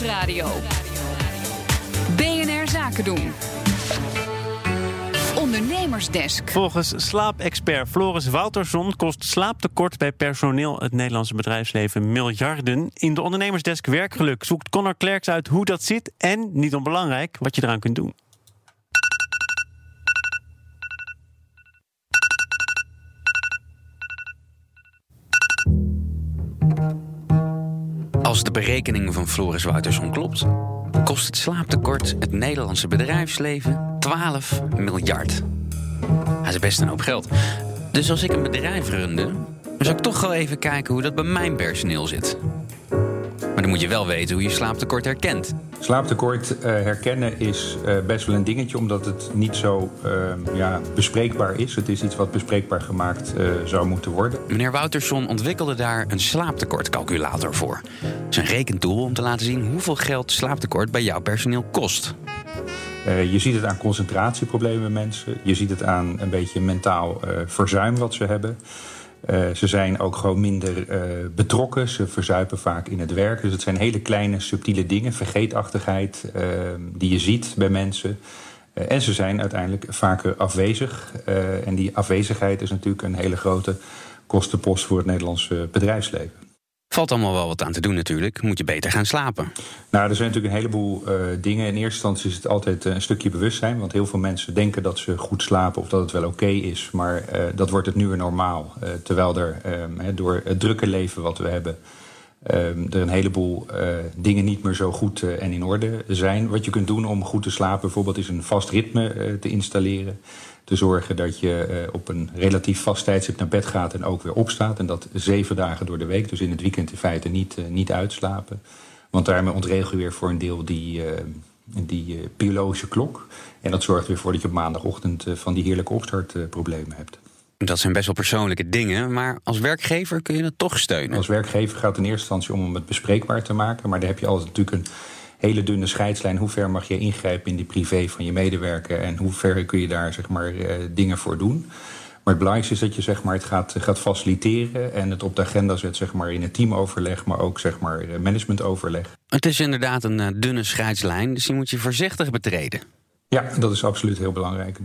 Nieuwsradio. BNR Zaken doen. Ondernemersdesk. Volgens slaapexpert Floris Wouterson kost slaaptekort bij personeel het Nederlandse bedrijfsleven miljarden. In de Ondernemersdesk Werkgeluk zoekt Connor Klerks uit hoe dat zit en, niet onbelangrijk, wat je eraan kunt doen. Als de berekening van Floris Wouterson klopt, kost het slaaptekort het Nederlandse bedrijfsleven 12 miljard. Dat is best een hoop geld. Dus als ik een bedrijf runde, dan zou ik toch wel even kijken hoe dat bij mijn personeel zit. Maar dan moet je wel weten hoe je slaaptekort herkent. Slaaptekort herkennen is best wel een dingetje, omdat het niet zo bespreekbaar is. Het is iets wat bespreekbaar gemaakt zou moeten worden. Meneer Wouterson ontwikkelde daar een slaaptekortcalculator voor. Het is een rekentool om te laten zien hoeveel geld slaaptekort bij jouw personeel kost. Je ziet het aan concentratieproblemen bij mensen. Je ziet het aan een beetje mentaal verzuim wat ze hebben. Ze zijn ook gewoon minder betrokken. Ze verzuipen vaak in het werk. Dus het zijn hele kleine, subtiele dingen. Vergeetachtigheid die je ziet bij mensen. En ze zijn uiteindelijk vaker afwezig. En die afwezigheid is natuurlijk een hele grote kostenpost voor het Nederlandse bedrijfsleven. Valt allemaal wel wat aan te doen natuurlijk. Moet je beter gaan slapen. Nou, er zijn natuurlijk een heleboel dingen. In eerste instantie is het altijd een stukje bewustzijn. Want heel veel mensen denken dat ze goed slapen of dat het wel oké is. Maar dat wordt het nu weer normaal. Terwijl er door het drukke leven wat we hebben er een heleboel dingen niet meer zo goed en in orde zijn. Wat je kunt doen om goed te slapen bijvoorbeeld is een vast ritme te installeren. Te zorgen dat je op een relatief vast tijdstip naar bed gaat en ook weer opstaat. En dat 7 dagen door de week, dus in het weekend in feite niet uitslapen. Want daarmee ontregel je weer voor een deel die biologische klok. En dat zorgt weer voor dat je op maandagochtend van die heerlijke opstartproblemen hebt. Dat zijn best wel persoonlijke dingen, maar als werkgever kun je het toch steunen. Als werkgever gaat het in eerste instantie om het bespreekbaar te maken. Maar daar heb je altijd natuurlijk een hele dunne scheidslijn. Hoe ver mag je ingrijpen in die privé van je medewerker en hoe ver kun je daar dingen voor doen. Maar het belangrijkste is dat je het gaat faciliteren en het op de agenda zet in het teamoverleg, maar ook managementoverleg. Het is inderdaad een dunne scheidslijn, dus die moet je voorzichtig betreden. Ja, dat is absoluut heel belangrijk.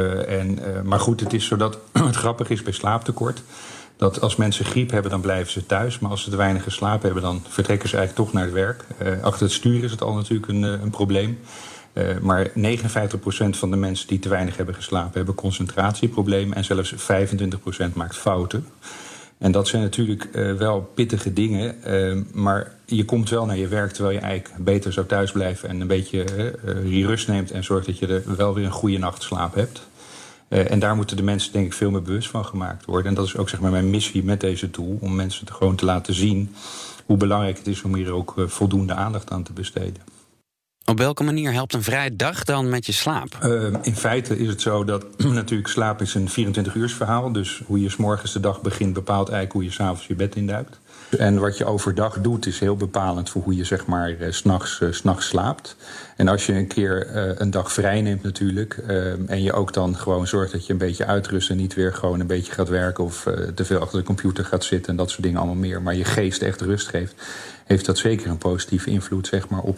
Maar goed, het is zo dat het grappig is bij slaaptekort dat als mensen griep hebben, dan blijven ze thuis. Maar als ze te weinig geslapen hebben, dan vertrekken ze eigenlijk toch naar het werk. Achter het stuur is het al natuurlijk een probleem. Maar 59% van de mensen die te weinig hebben geslapen hebben concentratieproblemen. En zelfs 25% maakt fouten. En dat zijn natuurlijk wel pittige dingen. Maar je komt wel naar je werk terwijl je eigenlijk beter zou thuis blijven en een beetje je rust neemt en zorgt dat je er wel weer een goede nachtslaap hebt. En daar moeten de mensen denk ik veel meer bewust van gemaakt worden. En dat is ook mijn missie met deze tool. Om mensen gewoon te laten zien hoe belangrijk het is om hier ook voldoende aandacht aan te besteden. Op welke manier helpt een vrije dag dan met je slaap? In feite is het zo dat natuurlijk slaap is een 24-uurs verhaal. Dus hoe je 's morgens de dag begint bepaalt eigenlijk hoe je 's avonds je bed induikt. En wat je overdag doet is heel bepalend voor hoe je 's nachts slaapt. En als je een keer een dag vrij neemt natuurlijk en je ook dan gewoon zorgt dat je een beetje uitrust en niet weer gewoon een beetje gaat werken of te veel achter de computer gaat zitten en dat soort dingen allemaal meer, maar je geest echt rust geeft, heeft dat zeker een positieve invloed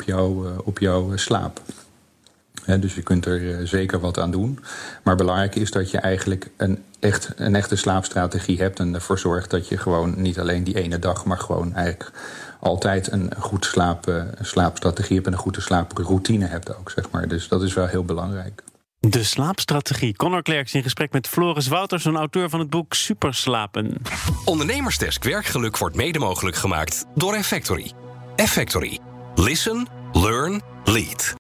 op jouw slaap. Dus je kunt er zeker wat aan doen. Maar belangrijk is dat je eigenlijk een echte slaapstrategie hebt en ervoor zorgt dat je gewoon niet alleen die ene dag, maar gewoon eigenlijk altijd een goed slaapstrategie hebt en een goede slaaproutine hebt ook, Dus dat is wel heel belangrijk. De slaapstrategie. Connor Klerks in gesprek met Floris Wouterson, auteur van het boek Superslapen. Ondernemersdesk Werkgeluk wordt mede mogelijk gemaakt door Effectory. Effectory. Listen, learn, lead.